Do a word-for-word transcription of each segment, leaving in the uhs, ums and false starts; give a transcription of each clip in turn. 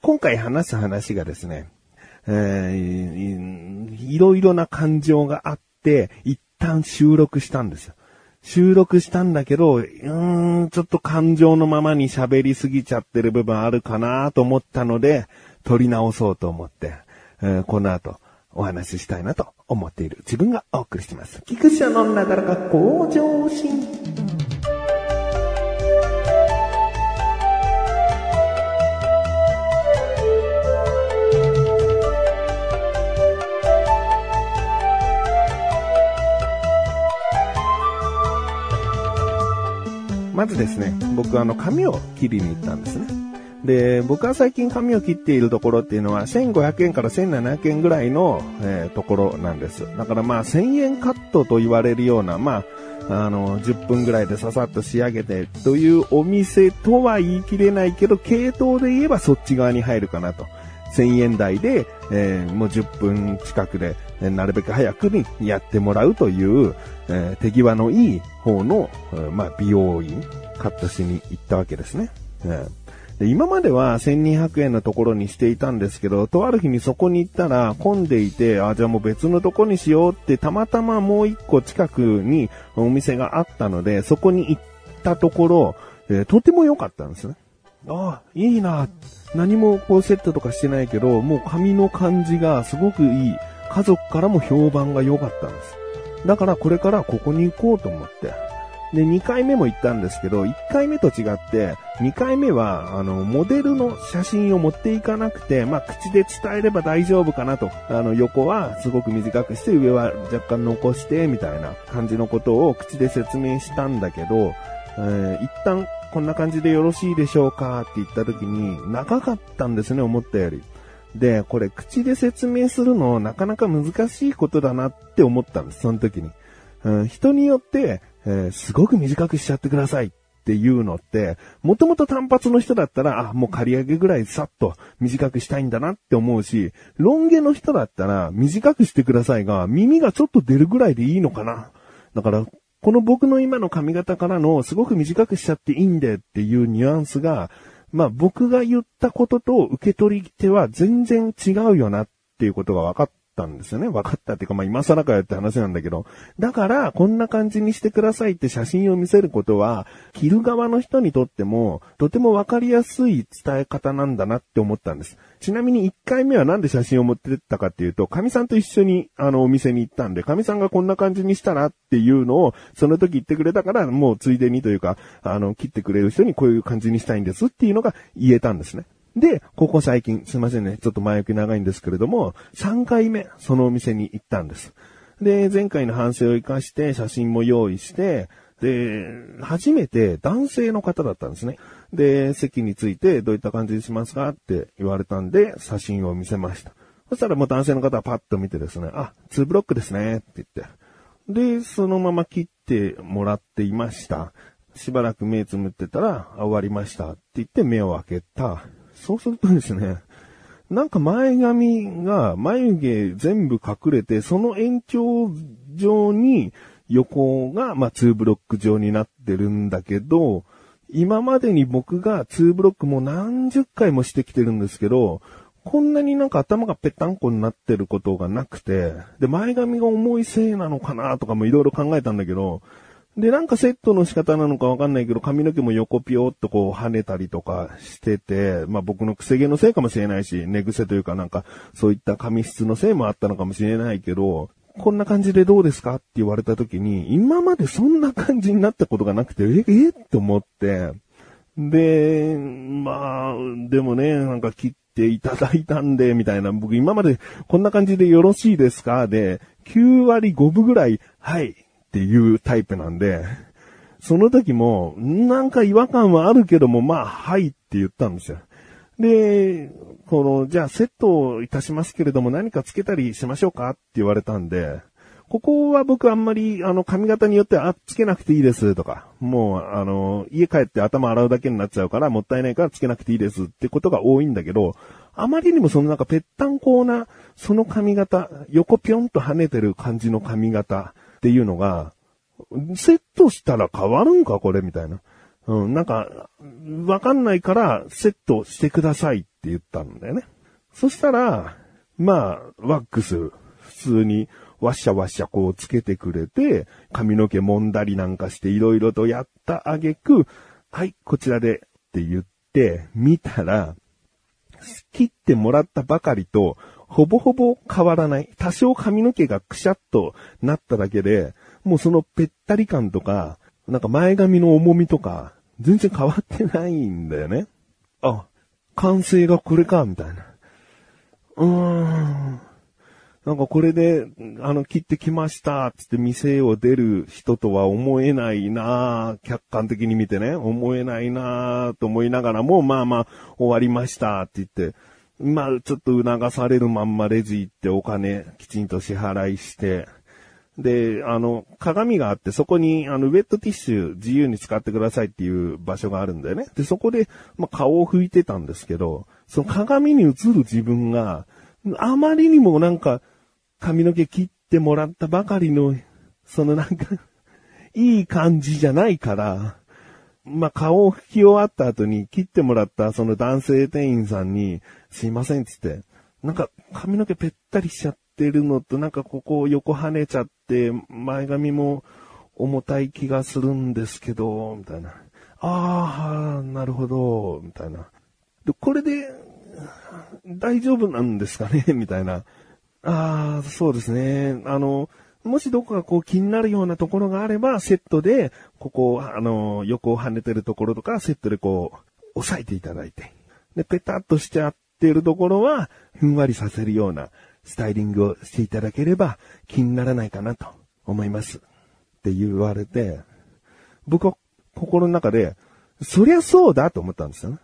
今回話す話がですね、えー、いろいろな感情があって、一旦収録したんですよ。収録したんだけど、うーん、ちょっと感情のままに喋りすぎちゃってる部分あるかなと思ったので、撮り直そうと思って、えー、この後お話ししたいなと思っている自分がお送りしています。菊池のなかなか向上心。まずですね、僕はあの髪を切りに行ったんですね。で、僕は最近髪を切っているところっていうのはせんごひゃくえんからせんななひゃくえんぐらいの、えー、ところなんです。だからまあせんえんカットと言われるような、まあ、あの、じゅっぷんぐらいでささっと仕上げてというお店とは言い切れないけど、系統で言えばそっち側に入るかなと。せんえん台で、えー、もうじゅっぷん近くで、えー、なるべく早くにやってもらうという、えー、手際のいい方の、えー、まあ、美容院、カットしに行ったわけですね。えーで今まではせんにひゃくえんのところにしていたんですけど、とある日にそこに行ったら混んでいて、あ、じゃあもう別のとこにしようってたまたまもう一個近くにお店があったので、そこに行ったところ、えー、とても良かったんですね。あ、いいな。何もこうセットとかしてないけど、もう髪の感じがすごくいい。家族からも評判が良かったんです。だからこれからここに行こうと思って。で、にかいめも行ったんですけど、いっかいめと違って、にかいめは、あの、モデルの写真を持っていかなくて、まあ、口で伝えれば大丈夫かなと。あの、横はすごく短くして、上は若干残して、みたいな感じのことを口で説明したんだけど、えー、一旦こんな感じでよろしいでしょうかって言った時に、長かったんですね、思ったより。で、これ口で説明するのなかなか難しいことだなって思ったんです、その時に。うん、人によって、えー、すごく短くしちゃってくださいっていうのって、もともと単発の人だったら、あ、もう刈り上げぐらいさっと短くしたいんだなって思うし、ロン毛の人だったら短くしてくださいが、耳がちょっと出るぐらいでいいのかな。だから、この僕の今の髪型からのすごく短くしちゃっていいんでっていうニュアンスが、まあ僕が言ったことと受け取り手は全然違うよなっていうことが分かったんですよね。分かったっていうか、まあ今更かよって話なんだけど。だから、こんな感じにしてくださいって写真を見せることは、着る側の人にとっても、とても分かりやすい伝え方なんだなって思ったんです。ちなみにいっかいめはなんで写真を持ってったかっていうと、神さんと一緒にあのお店に行ったんで、神さんがこんな感じにしたらっていうのを、その時言ってくれたから、もうついでにというか、あの、切ってくれる人にこういう感じにしたいんですっていうのが言えたんですね。で、ここ最近、すいませんね、ちょっと前置き長いんですけれども、さんかいめ、そのお店に行ったんです。で、前回の反省を生かして写真も用意して、で、初めて男性の方だったんですね。で、席についてどういった感じにしますかって言われたんで、写真を見せました。そしたらもう男性の方はパッと見てですね、あ、ツーブロックですねって言って。で、そのまま切ってもらっていました。しばらく目つむってたら、あ、終わりましたって言って目を開けた。そうするとですね、なんか前髪が眉毛全部隠れて、その延長上に横が、まあ、ツーブロック状になってるんだけど、今までに僕がツーブロックも何十回もしてきてるんですけど、こんなになんか頭がぺったんこになってることがなくて、で、前髪が重いせいなのかなとかもいろいろ考えたんだけど、で、なんかセットの仕方なのかわかんないけど、髪の毛も横ピヨーっとこう跳ねたりとかしてて、まあ僕の癖毛のせいかもしれないし、寝癖というかなんかそういった髪質のせいもあったのかもしれないけど、こんな感じでどうですかって言われた時に、今までそんな感じになったことがなくて、え、えって思って、で、まあ、でもね、なんか切っていただいたんで、みたいな、僕今までこんな感じでよろしいですかで、きゅうわりごぶぐらい、はい。っていうタイプなんで、その時も、なんか違和感はあるけども、まあ、はいって言ったんですよ。で、この、じゃあセットをいたしますけれども何かつけたりしましょうかって言われたんで、ここは僕あんまり、あの、髪型によっては、あ、つけなくていいですとか、もう、あの、家帰って頭洗うだけになっちゃうから、もったいないからつけなくていいですってことが多いんだけど、あまりにもそのなんかぺったんこな、その髪型、横ぴょんと跳ねてる感じの髪型っていうのが、セットしたら変わるんかこれみたいな。うん、なんか、わかんないから、セットしてくださいっって言ったんだよね。そしたら、まあ、ワックス、普通にワッシャワッシャこうつけてくれて、髪の毛揉んだりなんかしていろいろとやったあげく、はい、こちらでって言って見たら、切ってもらったばかりと、ほぼほぼ変わらない。多少髪の毛がくしゃっとなっただけで、もうそのぺったり感とか、なんか前髪の重みとか、全然変わってないんだよね。あ、完成がこれか、みたいな。うーん。なんかこれで、あの、切ってきました、つって店を出る人とは思えないなぁ、客観的に見てね、思えないなぁと思いながらも、まあまあ、終わりました、って言って、まあ、ちょっと促されるまんまレジ行ってお金きちんと支払いして、で、あの、鏡があって、そこに、あの、ウェットティッシュ自由に使ってくださいっていう場所があるんだよね。で、そこで、まあ、顔を拭いてたんですけど、その鏡に映る自分が、あまりにもなんか、髪の毛切ってもらったばかりの、そのなんか、いい感じじゃないから、まあ、顔を拭き終わった後に切ってもらったその男性店員さんに、すいませんっつって、なんか髪の毛ぺったりしちゃってるのと、なんかここ横跳ねちゃって、前髪も重たい気がするんですけど、みたいな。ああ、なるほど、みたいな。で、これで、大丈夫なんですかねみたいな。ああ、そうですね。あの、もしどこかこう気になるようなところがあれば、セットで、ここ、あの、横を跳ねてるところとか、セットでこう、押さえていただいて。で、ペタッとしちゃっているところは、ふんわりさせるようなスタイリングをしていただければ、気にならないかなと思います。って言われて、僕は心の中で、そりゃそうだと思ったんですよね。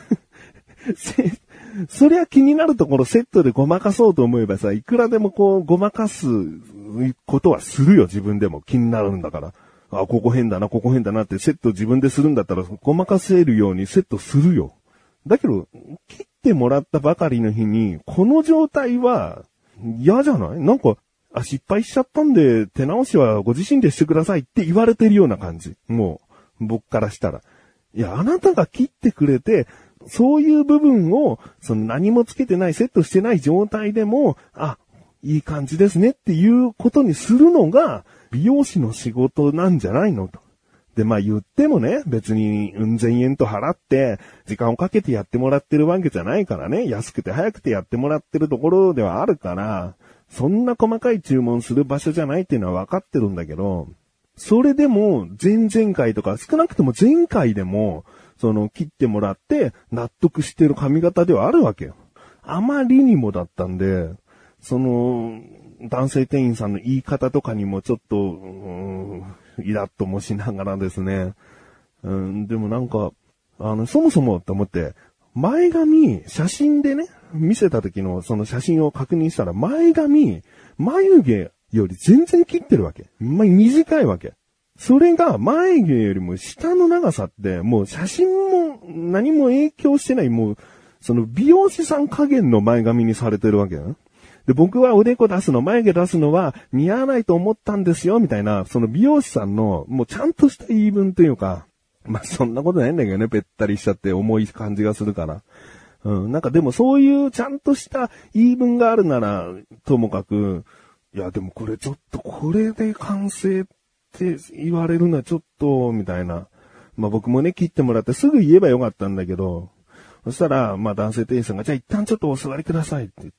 そりゃ気になるところセットでごまかそうと思えばさ、いくらでもこうごまかすことはするよ、自分でも気になるんだから。あ、ここ変だな、ここ変だなってセット自分でするんだったらごまかせるようにセットするよ。だけど、切ってもらったばかりの日に、この状態は嫌じゃない？なんか、あ、失敗しちゃったんで手直しはご自身でしてくださいって言われてるような感じ。もう、僕からしたら。いや、あなたが切ってくれて、そういう部分を、その何もつけてない、セットしてない状態でも、あ、いい感じですねっていうことにするのが、美容師の仕事なんじゃないのと。で、まあ言ってもね、別にうん千円と払って、時間をかけてやってもらってるわけじゃないからね、安くて早くてやってもらってるところではあるから、そんな細かい注文する場所じゃないっていうのは分かってるんだけど、それでも前々回とか、少なくとも前回でも、その切ってもらって納得してる髪型ではあるわけよ。あまりにもだったんで、その男性店員さんの言い方とかにもちょっと、うーん、イラッともしながらですね。うん、でもなんか、あの、そもそもと思って、前髪、写真でね、見せた時のその写真を確認したら、前髪、眉毛より全然切ってるわけ。まあ、短いわけ。それが眉毛よりも下の長さって、もう写真も何も影響してない、もう、その美容師さん加減の前髪にされてるわけだね。で、僕はおでこ出すの、眉毛出すのは似合わないと思ったんですよ、みたいな、その美容師さんの、もうちゃんとした言い分というか、まあ、そんなことないんだけどね、ぺったりしちゃって重い感じがするから。うん、なんかでもそういうちゃんとした言い分があるなら、ともかく、いや、でもこれちょっと、これで完成って言われるのはちょっと、みたいな。まあ僕もね、切ってもらってすぐ言えばよかったんだけど、そしたら、まあ男性店員さんが、じゃあ一旦ちょっとお座りくださいって言って、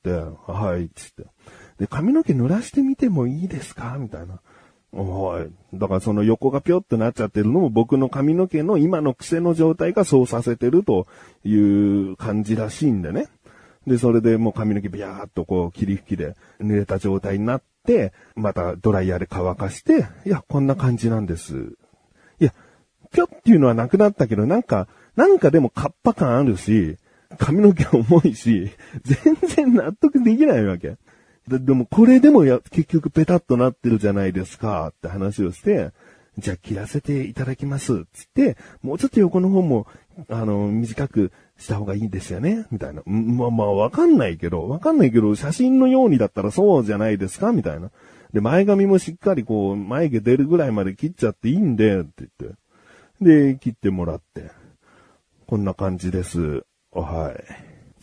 はい、つって。で、髪の毛濡らしてみてもいいですかみたいな。はい。だからその横がぴょってなっちゃってるのも僕の髪の毛の今の癖の状態がそうさせてるという感じらしいんでね。で、それでもう髪の毛ビャーっとこう霧吹きで濡れた状態になって、またドライヤーで乾かして、いや、こんな感じなんです。いや、ぴょっていうのはなくなったけど、なんか、なんかでもカッパ感あるし、髪の毛重いし、全然納得できないわけ。で, でもこれでもや結局ペタッとなってるじゃないですかって話をして、じゃあ切らせていただきますつって、もうちょっと横の方も、あの、短くした方がいいですよねみたいな。まあまあわかんないけど、わかんないけど、写真のようにだったらそうじゃないですかみたいな。で、前髪もしっかりこう、眉毛出るぐらいまで切っちゃっていいんで、って言って。で、切ってもらって。こんな感じです。はい。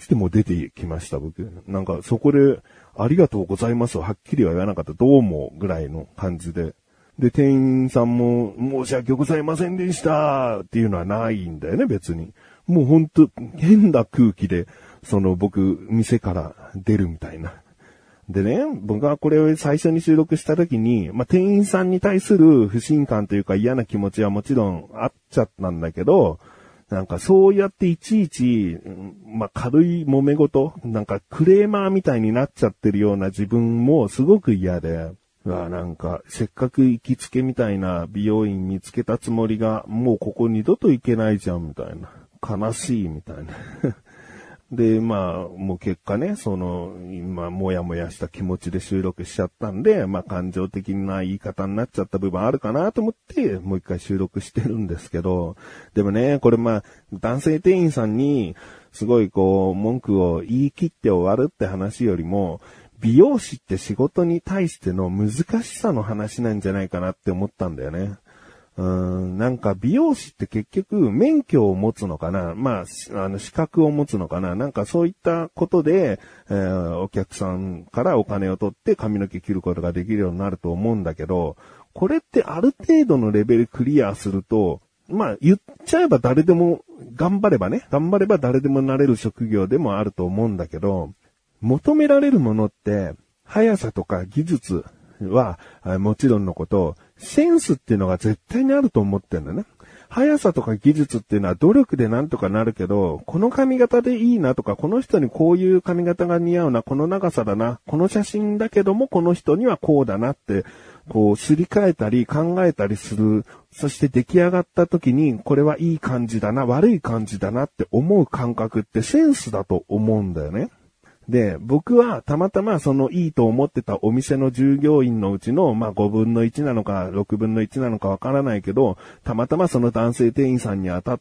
しても出てきました、僕。なんかそこで、ありがとうございますをはっきりは言わなかった。どうもぐらいの感じで。で、店員さんも、申し訳ございませんでしたっていうのはないんだよね、別に。もうほんと、変な空気で、その僕、店から出るみたいな。でね、僕はこれを最初に収録した時に、まあ、店員さんに対する不信感というか嫌な気持ちはもちろんあっちゃったんだけど、なんかそうやっていちいち、まあ、軽い揉め事、なんかクレーマーみたいになっちゃってるような自分もすごく嫌で、うわ、なんかせっかく行きつけみたいな美容院見つけたつもりが、もうここ二度と行けないじゃんみたいな。悲しいみたいな。で、まあ、もう結果ね、その、今、もやもやした気持ちで収録しちゃったんで、まあ、感情的な言い方になっちゃった部分あるかなと思って、もう一回収録してるんですけど、でもね、これまあ、男性店員さんに、すごいこう、文句を言い切って終わるって話よりも、美容師って仕事に対しての難しさの話なんじゃないかなって思ったんだよね。うーん、なんか美容師って結局免許を持つのかな、まあ、あの資格を持つのかな、なんかそういったことで、えー、お客さんからお金を取って髪の毛切ることができるようになると思うんだけど、これってある程度のレベルクリアすると、まあ言っちゃえば誰でも頑張ればね、頑張れば誰でもなれる職業でもあると思うんだけど、求められるものって速さとか技術はもちろんのこと、センスっていうのが絶対にあると思ってんだね。速さとか技術っていうのは努力でなんとかなるけど、この髪型でいいなとか、この人にこういう髪型が似合うな、この長さだな、この写真だけどもこの人にはこうだなって、こうすり替えたり考えたりする。そして出来上がった時に、これはいい感じだな、悪い感じだなって思う感覚ってセンスだと思うんだよね。で、僕はたまたまそのいいと思ってたお店の従業員のうちの、まあごぶんのいちなのかろくぶんのいちなのかわからないけど、たまたまその男性店員さんに当たって、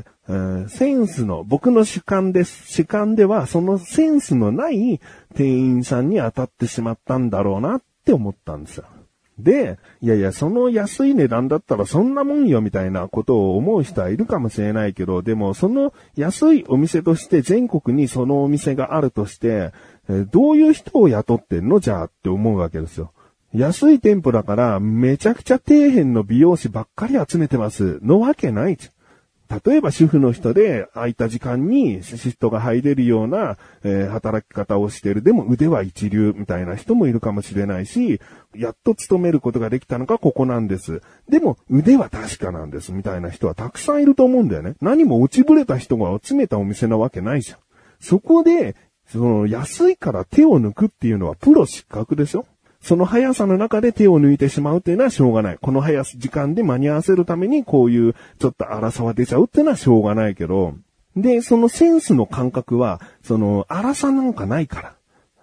えー、センスの、僕の主観です。主観ではそのセンスのない店員さんに当たってしまったんだろうなって思ったんですよ。で、いやいや、その安い値段だったらそんなもんよみたいなことを思う人はいるかもしれないけど、でもその安いお店として全国にそのお店があるとして、えー、どういう人を雇ってんのじゃあって思うわけですよ。安い店舗だからめちゃくちゃ底辺の美容師ばっかり集めてますのわけないじゃん。例えば主婦の人で空いた時間にシフトが入れるような、えー、働き方をしている。でも腕は一流みたいな人もいるかもしれないし、やっと勤めることができたのがここなんです。でも腕は確かなんですみたいな人はたくさんいると思うんだよね。何も落ちぶれた人が集めたお店なわけないじゃん。そこで、その安いから手を抜くっていうのはプロ失格でしょ。その速さの中で手を抜いてしまうっていうのはしょうがない。この速さ時間で間に合わせるためにこういうちょっと荒さは出ちゃうっていうのはしょうがないけど、で、そのセンスの感覚は、その荒さなんかないから。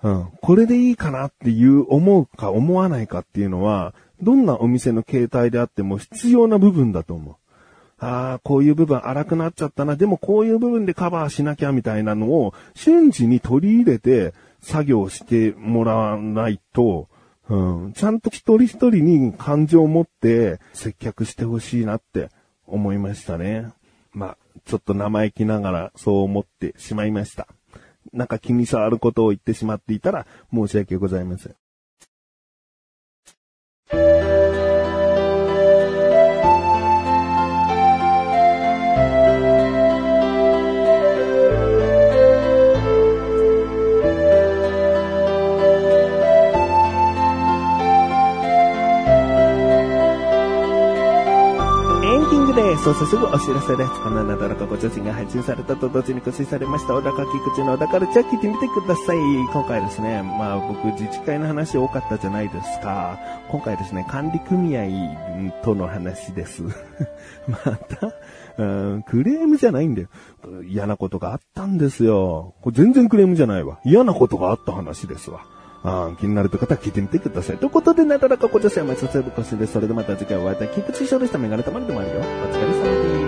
うん。これでいいかなっていう思うか思わないかっていうのは、どんなお店の形態であっても必要な部分だと思う。ああ、こういう部分荒くなっちゃったな。でもこういう部分でカバーしなきゃみたいなのを瞬時に取り入れて作業してもらわないと、うん、ちゃんと一人一人に感情を持って接客してほしいなって思いましたね。まあ、ちょっと生意気ながらそう思ってしまいました。なんか気に障ることを言ってしまっていたら申し訳ございません。そしてすぐお知らせです。このなだらかご著書が配信されたと同時に更新されました小高菊池の小高ルチャー聞いてみてください。今回ですね、まあ僕自治会の話多かったじゃないですか。今回ですね、管理組合との話です。また、うん、クレームじゃないんだよ。嫌なことがあったんですよ。これ全然クレームじゃないわ。嫌なことがあった話ですわ。あ気になるという方は聞いてみてください。ということで、なだらかご女子はまいさせるこしです。それでまた次回お会いいたい。菊池翔でした。メガネたまりでもあるよ。お疲れ様です。